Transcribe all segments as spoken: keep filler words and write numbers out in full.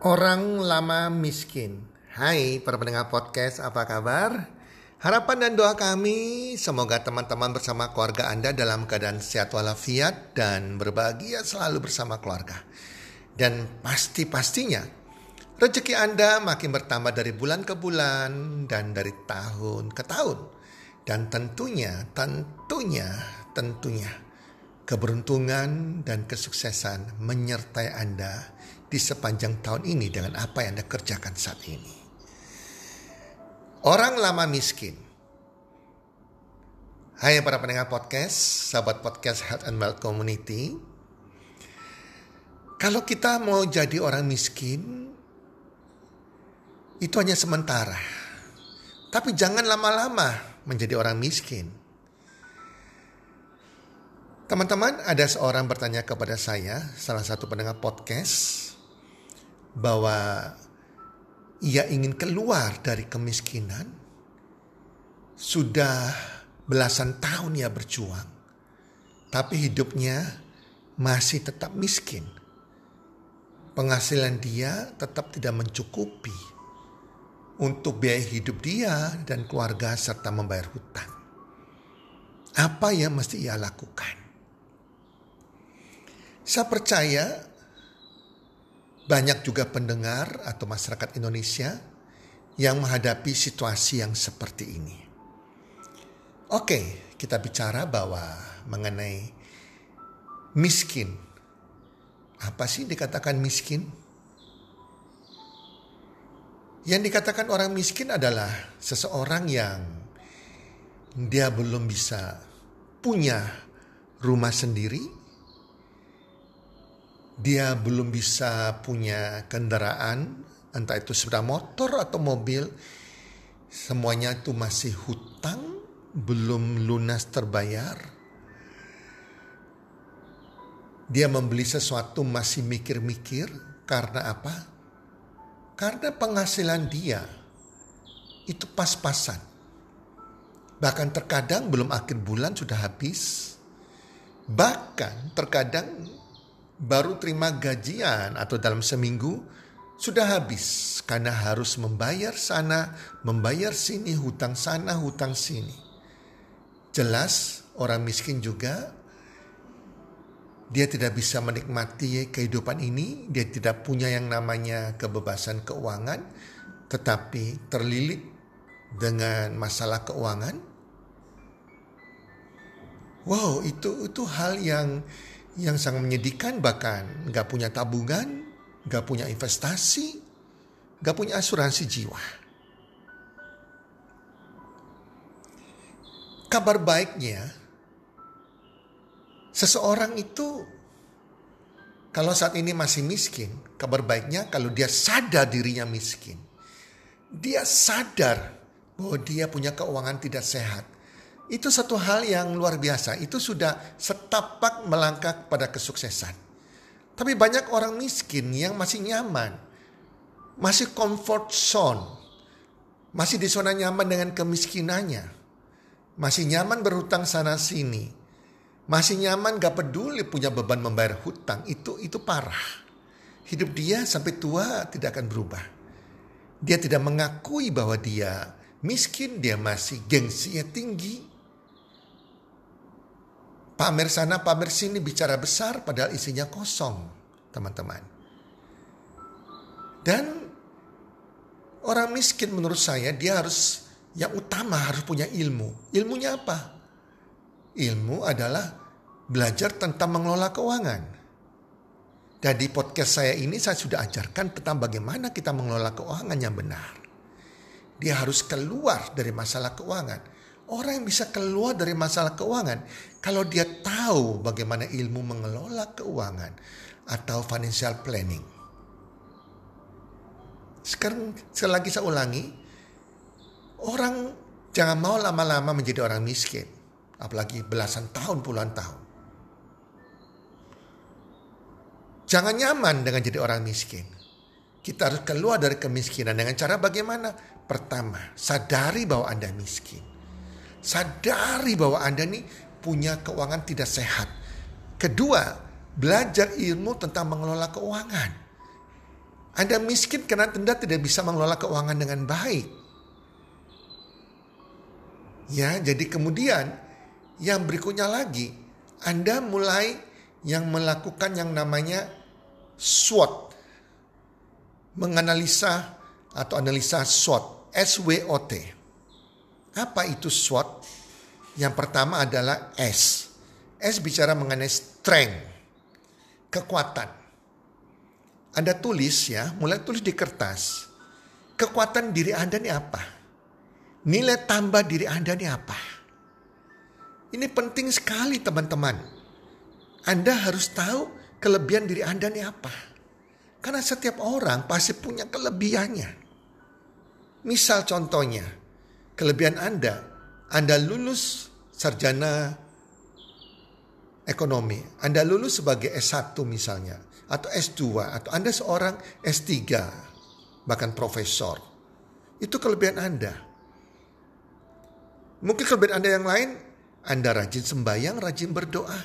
Orang lama miskin. Hai para pendengar podcast, apa kabar? Harapan dan doa kami semoga teman-teman bersama keluarga Anda dalam keadaan sehat walafiat dan berbahagia selalu bersama keluarga. Dan pasti-pastinya rezeki Anda makin bertambah dari bulan ke bulan dan dari tahun ke tahun. Dan tentunya, tentunya, tentunya keberuntungan dan kesuksesan menyertai Anda di sepanjang tahun ini dengan apa yang Anda kerjakan saat ini. Orang lama miskin. Hai para pendengar podcast, sahabat podcast Health and Wealth Community. Kalau kita mau jadi orang miskin, itu hanya sementara. Tapi jangan lama-lama menjadi orang miskin. Teman-teman, ada seorang bertanya kepada saya, salah satu pendengar podcast, bahwa ia ingin keluar dari kemiskinan. Sudah belasan tahun ia berjuang, tapi hidupnya masih tetap miskin. Penghasilan dia tetap tidak mencukupi untuk biaya hidup dia dan keluarga serta membayar hutang. Apa yang mesti ia lakukan? Saya percaya banyak juga pendengar atau masyarakat Indonesia yang menghadapi situasi yang seperti ini. Oke, kita bicara bahwa mengenai miskin. Apa sih dikatakan miskin? Yang dikatakan orang miskin adalah seseorang yang dia belum bisa punya rumah sendiri. Dia belum bisa punya kendaraan, entah itu sepeda motor atau mobil. Semuanya itu masih hutang, belum lunas terbayar. Dia membeli sesuatu masih mikir-mikir. Karena apa? Karena penghasilan dia itu pas-pasan. Bahkan terkadang belum akhir bulan sudah habis. Bahkan terkadang baru terima gajian atau dalam seminggu sudah habis karena harus membayar sana, membayar sini, hutang sana, hutang sini. Jelas orang miskin juga dia tidak bisa menikmati kehidupan ini, dia tidak punya yang namanya kebebasan keuangan, tetapi terlilit dengan masalah keuangan. Wow, itu itu hal yang Yang sangat menyedihkan, bahkan gak punya tabungan, gak punya investasi, gak punya asuransi jiwa. Kabar baiknya, seseorang itu kalau saat ini masih miskin, kabar baiknya kalau dia sadar dirinya miskin. Dia sadar bahwa dia punya keuangan tidak sehat. Itu satu hal yang luar biasa. Itu sudah setapak melangkah pada kesuksesan. Tapi banyak orang miskin yang masih nyaman. Masih comfort zone. Masih di zona nyaman dengan kemiskinannya. Masih nyaman berhutang sana sini. Masih nyaman gak peduli punya beban membayar hutang. Itu itu parah. Hidup dia sampai tua tidak akan berubah. Dia tidak mengakui bahwa dia miskin. Dia masih gengsinya tinggi. Pamer sana, pamer sini, bicara besar padahal isinya kosong, teman-teman. Dan orang miskin menurut saya dia harus, yang utama harus punya ilmu. Ilmunya apa? Ilmu adalah belajar tentang mengelola keuangan. Dan di podcast saya ini saya sudah ajarkan tentang bagaimana kita mengelola keuangan yang benar. Dia harus keluar dari masalah keuangan. Orang yang bisa keluar dari masalah keuangan kalau dia tahu bagaimana ilmu mengelola keuangan atau financial planning. Sekarang sekali lagi saya ulangi, orang jangan mau lama-lama menjadi orang miskin, apalagi belasan tahun, puluhan tahun. Jangan nyaman dengan jadi orang miskin. Kita harus keluar dari kemiskinan dengan cara bagaimana? Pertama, sadari bahwa Anda miskin. Sadari bahwa Anda nih punya keuangan tidak sehat. Kedua, belajar ilmu tentang mengelola keuangan. Anda miskin karena Anda tidak bisa mengelola keuangan dengan baik. Ya, jadi kemudian yang berikutnya lagi, Anda mulai yang melakukan yang namanya SWOT. Menganalisa atau analisa SWOT, S W O T. Apa itu SWOT? Yang pertama adalah S. S bicara mengenai strength, kekuatan. Anda tulis ya, mulai tulis di kertas. Kekuatan diri Anda ini apa? Nilai tambah diri Anda ini apa? Ini penting sekali teman-teman. Anda harus tahu kelebihan diri Anda ini apa. Karena setiap orang pasti punya kelebihannya. Misal contohnya, kelebihan Anda, Anda lulus sarjana ekonomi. Anda lulus sebagai S satu misalnya. Atau S dua. Atau Anda seorang S tiga. Bahkan profesor. Itu kelebihan Anda. Mungkin kelebihan Anda yang lain. Anda rajin sembahyang, rajin berdoa.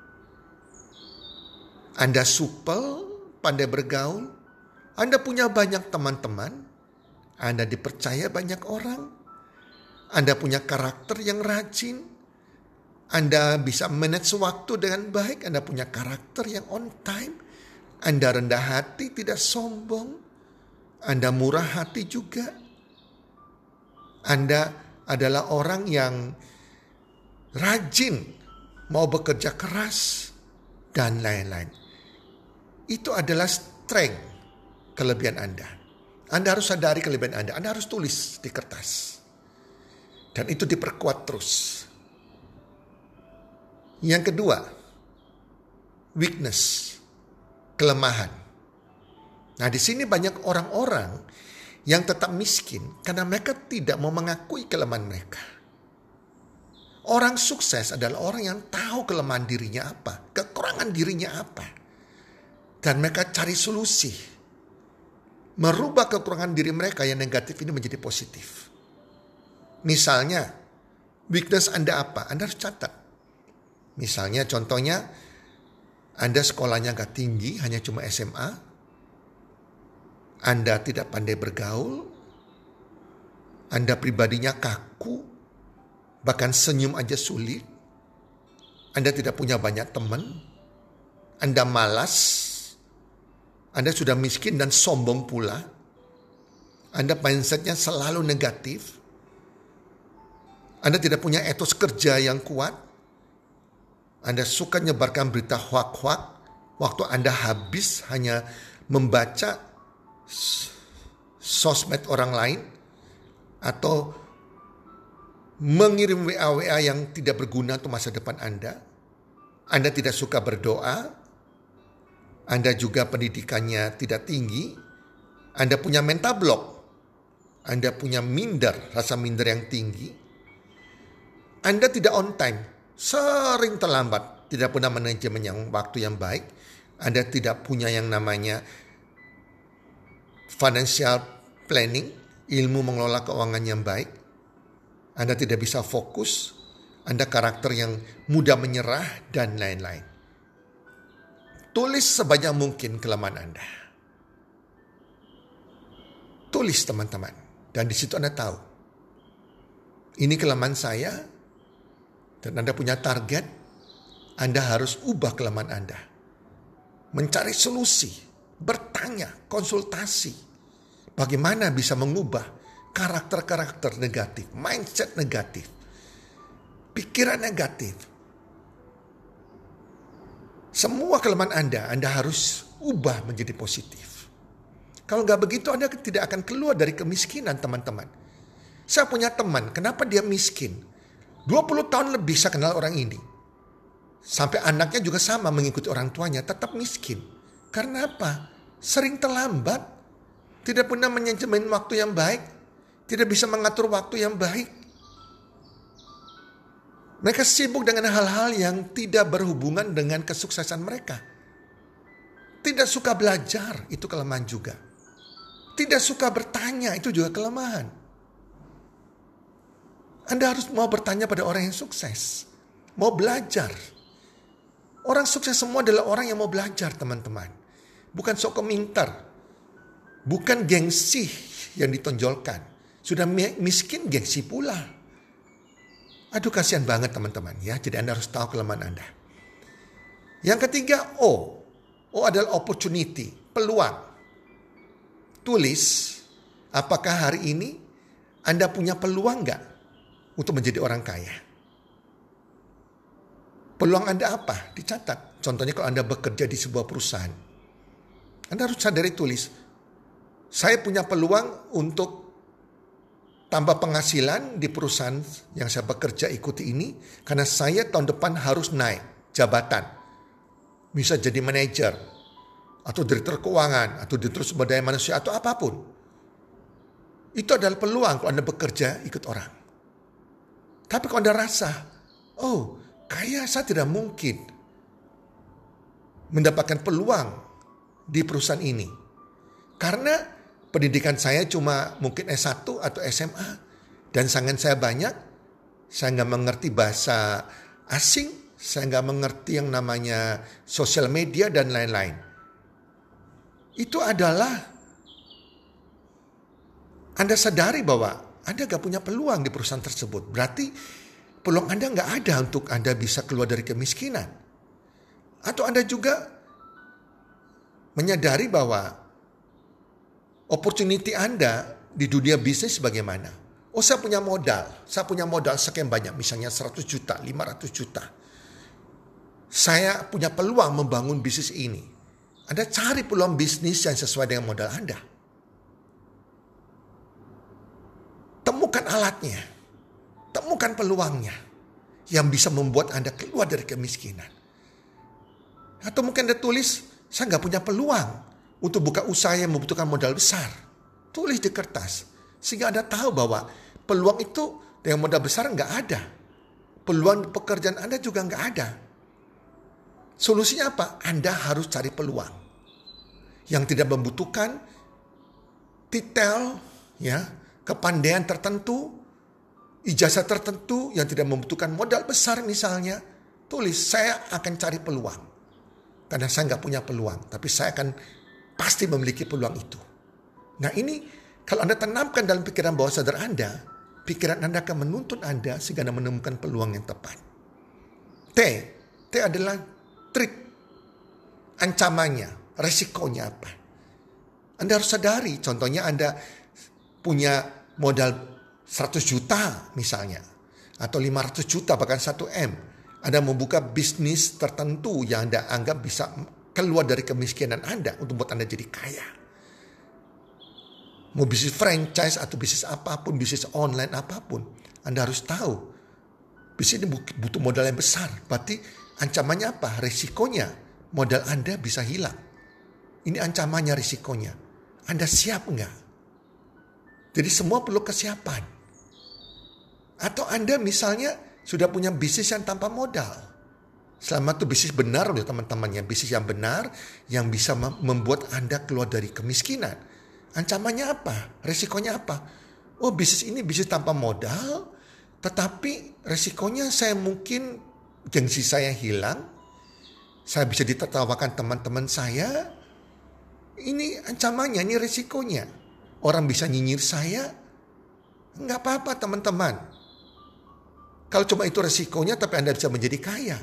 Anda supel, pandai bergaul. Anda punya banyak teman-teman. Anda dipercaya banyak orang. Anda punya karakter yang rajin. Anda bisa manage waktu dengan baik. Anda punya karakter yang on time. Anda rendah hati, tidak sombong. Anda murah hati juga. Anda adalah orang yang rajin, mau bekerja keras, dan lain-lain. Itu adalah strength, kelebihan Anda. Anda harus sadari kelebihan Anda. Anda harus tulis di kertas. Dan itu diperkuat terus. Yang kedua, weakness. Kelemahan. Nah, di sini banyak orang-orang yang tetap miskin karena mereka tidak mau mengakui kelemahan mereka. Orang sukses adalah orang yang tahu kelemahan dirinya apa, kekurangan dirinya apa. Dan mereka cari solusi. Merubah kekurangan diri mereka yang negatif ini menjadi positif. Misalnya, weakness Anda apa? Anda harus catat. Misalnya contohnya, Anda sekolahnya gak tinggi, hanya cuma S M A. Anda tidak pandai bergaul. Anda pribadinya kaku. Bahkan senyum aja sulit. Anda tidak punya banyak teman. Anda malas. Anda sudah miskin dan sombong pula. Anda mindsetnya selalu negatif. Anda tidak punya etos kerja yang kuat. Anda suka nyebarkan berita hoak-hoak. Waktu Anda habis hanya membaca sosmed orang lain. Atau mengirim W A-W A yang tidak berguna untuk masa depan Anda. Anda tidak suka berdoa. Anda juga pendidikannya tidak tinggi. Anda punya mental block. Anda punya minder, rasa minder yang tinggi. Anda tidak on time. Sering terlambat, tidak pernah manajemen yang waktu yang baik. Anda tidak punya yang namanya financial planning, ilmu mengelola keuangan yang baik. Anda tidak bisa fokus, Anda karakter yang mudah menyerah dan lain-lain. Tulis sebanyak mungkin kelemahan Anda. Tulis teman-teman, dan di situ Anda tahu. Ini kelemahan saya. Dan Anda punya target, Anda harus ubah kelemahan Anda. Mencari solusi, bertanya, konsultasi. Bagaimana bisa mengubah karakter-karakter negatif, mindset negatif, pikiran negatif. Semua kelemahan Anda, Anda harus ubah menjadi positif. Kalau nggak begitu, Anda tidak akan keluar dari kemiskinan, teman-teman. Saya punya teman, kenapa dia miskin? dua puluh tahun lebih saya kenal orang ini. Sampai anaknya juga sama mengikuti orang tuanya, tetap miskin. Karena apa? Sering terlambat. Tidak pernah manajemen waktu yang baik. Tidak bisa mengatur waktu yang baik. Mereka sibuk dengan hal-hal yang tidak berhubungan dengan kesuksesan mereka. Tidak suka belajar, itu kelemahan juga. Tidak suka bertanya, itu juga kelemahan. Anda harus mau bertanya pada orang yang sukses. Mau belajar. Orang sukses semua adalah orang yang mau belajar, teman-teman. Bukan sok kemintar. Bukan gengsi yang ditonjolkan. Sudah miskin gengsi pula. Aduh kasihan banget teman-teman ya. Jadi Anda harus tahu kelemahan Anda. Yang ketiga O. O adalah opportunity, peluang. Tulis, apakah hari ini Anda punya peluang nggak untuk menjadi orang kaya? Peluang Anda apa? Dicatat. Contohnya kalau Anda bekerja di sebuah perusahaan. Anda harus sadari tulis. Saya punya peluang untuk tambah penghasilan di perusahaan yang saya bekerja ikuti ini. Karena saya tahun depan harus naik jabatan. Bisa jadi manajer. Atau direktur keuangan. Atau direktur sumber daya manusia. Atau apapun. Itu adalah peluang kalau Anda bekerja ikut orang. Tapi kalau Anda rasa, oh kaya saya tidak mungkin mendapatkan peluang di perusahaan ini. Karena pendidikan saya cuma mungkin S satu atau S M A. Dan sangat saya banyak. Saya nggak mengerti bahasa asing. Saya nggak mengerti yang namanya sosial media dan lain-lain. Itu adalah Anda sadari bahwa Anda nggak punya peluang di perusahaan tersebut. Berarti peluang Anda nggak ada untuk Anda bisa keluar dari kemiskinan. Atau Anda juga menyadari bahwa opportunity Anda di dunia bisnis bagaimana? Oh saya punya modal. Saya punya modal sekian banyak. Misalnya seratus juta, lima ratus juta. Saya punya peluang membangun bisnis ini. Anda cari peluang bisnis yang sesuai dengan modal Anda. Temukan alatnya. Temukan peluangnya. Yang bisa membuat Anda keluar dari kemiskinan. Atau mungkin Anda tulis, saya nggak punya peluang untuk buka usaha yang membutuhkan modal besar. Tulis di kertas. Sehingga Anda tahu bahwa peluang itu dengan modal besar nggak ada. Peluang pekerjaan Anda juga nggak ada. Solusinya apa? Anda harus cari peluang. Yang tidak membutuhkan titel, ya, kepandaian tertentu, ijazah tertentu, yang tidak membutuhkan modal besar misalnya. Tulis, saya akan cari peluang. Karena saya nggak punya peluang. Tapi saya akan pasti memiliki peluang itu. Nah ini kalau Anda tanamkan dalam pikiran bawah sadar Anda, pikiran Anda akan menuntun Anda sehingga Anda menemukan peluang yang tepat. T. T adalah trik. Ancamannya, resikonya apa. Anda harus sadari, contohnya Anda punya modal seratus juta misalnya. Atau lima ratus juta bahkan satu M. Anda membuka bisnis tertentu yang Anda anggap bisa keluar dari kemiskinan Anda untuk membuat Anda jadi kaya. Mau bisnis franchise atau bisnis apapun, bisnis online apapun. Anda harus tahu. Bisnis ini butuh modal yang besar. Berarti ancamannya apa? Risikonya modal Anda bisa hilang. Ini ancamannya, risikonya. Anda siap enggak? Jadi semua perlu kesiapan. Atau Anda misalnya sudah punya bisnis yang tanpa modal. Selama itu bisnis benar oleh teman-temannya. Bisnis yang benar yang bisa membuat Anda keluar dari kemiskinan. Ancamannya apa? Resikonya apa? Oh bisnis ini bisnis tanpa modal. Tetapi resikonya saya mungkin gengsi saya hilang. Saya bisa ditertawakan teman-teman saya. Ini ancamannya, ini resikonya. Orang bisa nyinyir saya. Enggak apa-apa teman-teman. Kalau cuma itu resikonya tapi Anda bisa menjadi kaya.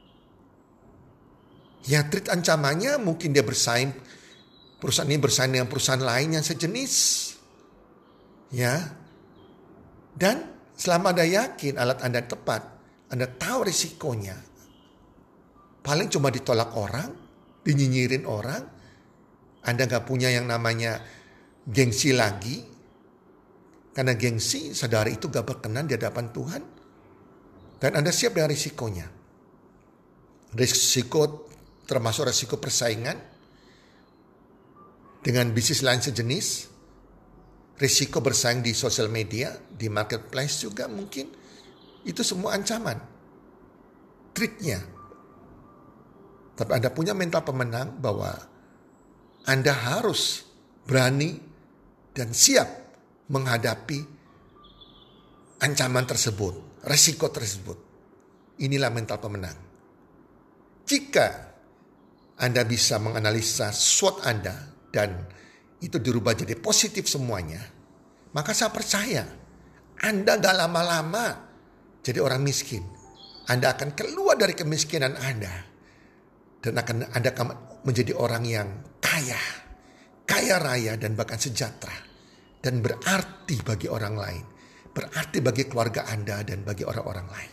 Ya treat ancamannya mungkin dia bersaing. Perusahaan ini bersaing dengan perusahaan lain yang sejenis. Ya. Dan selama Anda yakin alat Anda tepat. Anda tahu risikonya. Paling cuma ditolak orang. Dinyinyirin orang. Anda gak punya yang namanya gengsi lagi. Karena gengsi sadari itu gak berkenan di hadapan Tuhan. Dan Anda siap dengan risikonya. Risiko termasuk risiko persaingan dengan bisnis lain sejenis. Risiko bersaing di sosial media, di marketplace juga mungkin. Itu semua ancaman. Triknya. Tapi Anda punya mental pemenang bahwa Anda harus berani dan siap menghadapi ancaman tersebut, risiko tersebut. Inilah mental pemenang. Jika Anda bisa menganalisa SWOT Anda dan itu dirubah jadi positif semuanya, maka saya percaya Anda gak lama-lama jadi orang miskin. Anda akan keluar dari kemiskinan Anda. Dan akan Anda akan menjadi orang yang kaya. Kaya raya dan bahkan sejahtera. Dan berarti bagi orang lain. Berarti bagi keluarga Anda dan bagi orang-orang lain.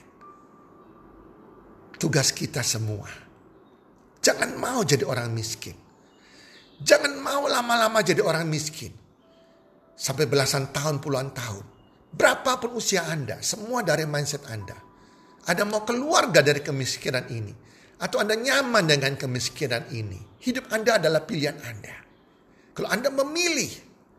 Tugas kita semua. Jangan mau jadi orang miskin. Jangan mau lama-lama jadi orang miskin. Sampai belasan tahun, puluhan tahun. Berapapun usia Anda, semua dari mindset Anda. Anda mau keluar gak dari kemiskinan ini? Atau Anda nyaman dengan kemiskinan ini? Hidup Anda adalah pilihan Anda. Kalau Anda memilih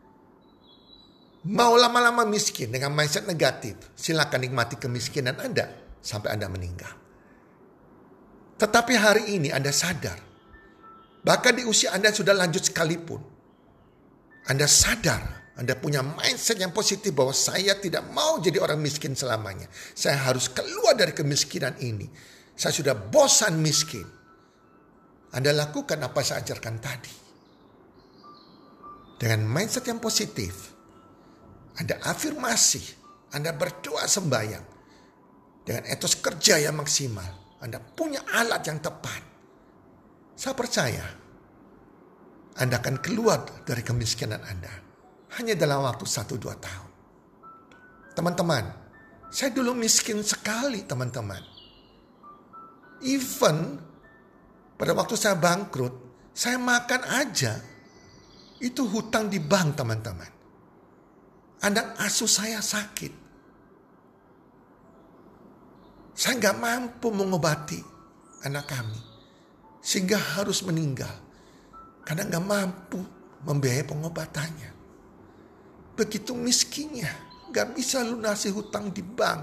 mau lama-lama miskin dengan mindset negatif, silakan nikmati kemiskinan Anda sampai Anda meninggal. Tetapi hari ini Anda sadar, bahkan di usia Anda sudah lanjut sekalipun, Anda sadar, Anda punya mindset yang positif bahwa saya tidak mau jadi orang miskin selamanya. Saya harus keluar dari kemiskinan ini. Saya sudah bosan miskin. Anda lakukan apa saya ajarkan tadi. Dengan mindset yang positif, Anda afirmasi, Anda berdoa sembahyang. Dengan etos kerja yang maksimal, Anda punya alat yang tepat. Saya percaya, Anda akan keluar dari kemiskinan Anda. Hanya dalam waktu satu dua tahun. Teman-teman, saya dulu miskin sekali teman-teman. Even pada waktu saya bangkrut, saya makan aja. Itu hutang di bank teman-teman. Anak asuh saya sakit. Saya gak mampu mengobati anak kami. Sehingga harus meninggal. Karena gak mampu membiayai pengobatannya. Begitu miskinnya, gak bisa lunasi hutang di bank.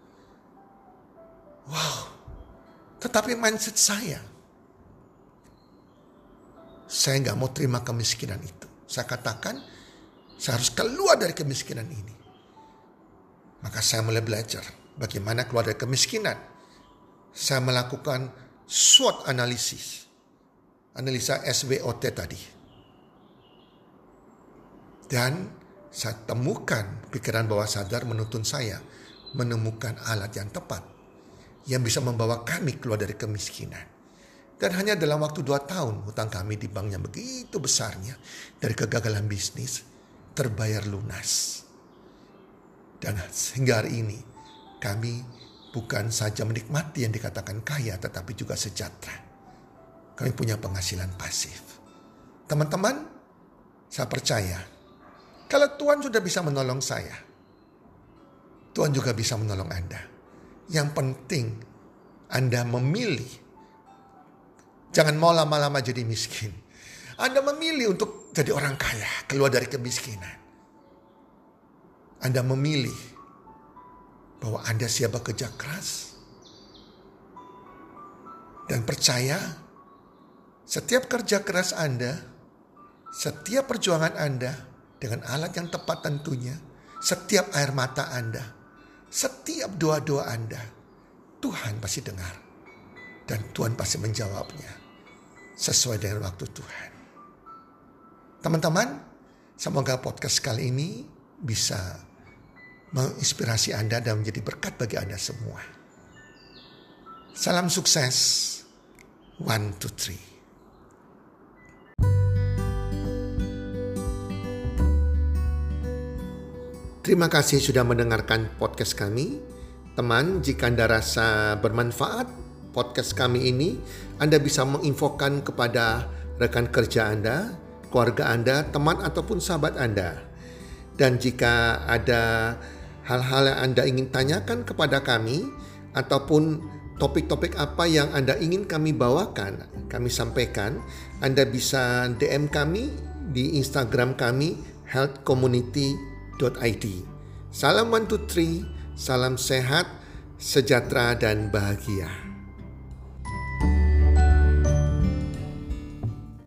Wow, tetapi mindset saya, saya gak mau terima kemiskinan itu. Saya katakan, saya harus keluar dari kemiskinan ini. Maka saya mulai belajar bagaimana keluar dari kemiskinan. Saya melakukan SWOT analisis, analisa S W O T tadi. Dan saya temukan pikiran bawah sadar menuntun saya menemukan alat yang tepat yang bisa membawa kami keluar dari kemiskinan. Dan hanya dalam waktu dua tahun hutang kami di bank yang begitu besarnya dari kegagalan bisnis terbayar lunas. Dan sehingga hari ini kami bukan saja menikmati yang dikatakan kaya tetapi juga sejahtera. Kami punya penghasilan pasif. Teman-teman, saya percaya kalau Tuhan sudah bisa menolong saya, Tuhan juga bisa menolong Anda. Yang penting Anda memilih. Jangan mau lama-lama jadi miskin. Anda memilih untuk jadi orang kaya, keluar dari kemiskinan. Anda memilih bahwa Anda siap bekerja keras. Dan percaya setiap kerja keras Anda, setiap perjuangan Anda, dengan alat yang tepat tentunya, setiap air mata Anda, setiap doa-doa Anda, Tuhan pasti dengar. Dan Tuhan pasti menjawabnya sesuai dengan waktu Tuhan. Teman-teman, semoga podcast kali ini bisa menginspirasi Anda dan menjadi berkat bagi Anda semua. Salam sukses. One, two, three. Terima kasih sudah mendengarkan podcast kami. Teman, jika Anda rasa bermanfaat podcast kami ini, Anda bisa menginfokan kepada rekan kerja Anda, keluarga Anda, teman ataupun sahabat Anda. Dan jika ada hal-hal yang Anda ingin tanyakan kepada kami, ataupun topik-topik apa yang Anda ingin kami bawakan, kami sampaikan, Anda bisa D M kami di Instagram kami health community dot I D. Salam one two three, salam sehat, sejahtera dan bahagia.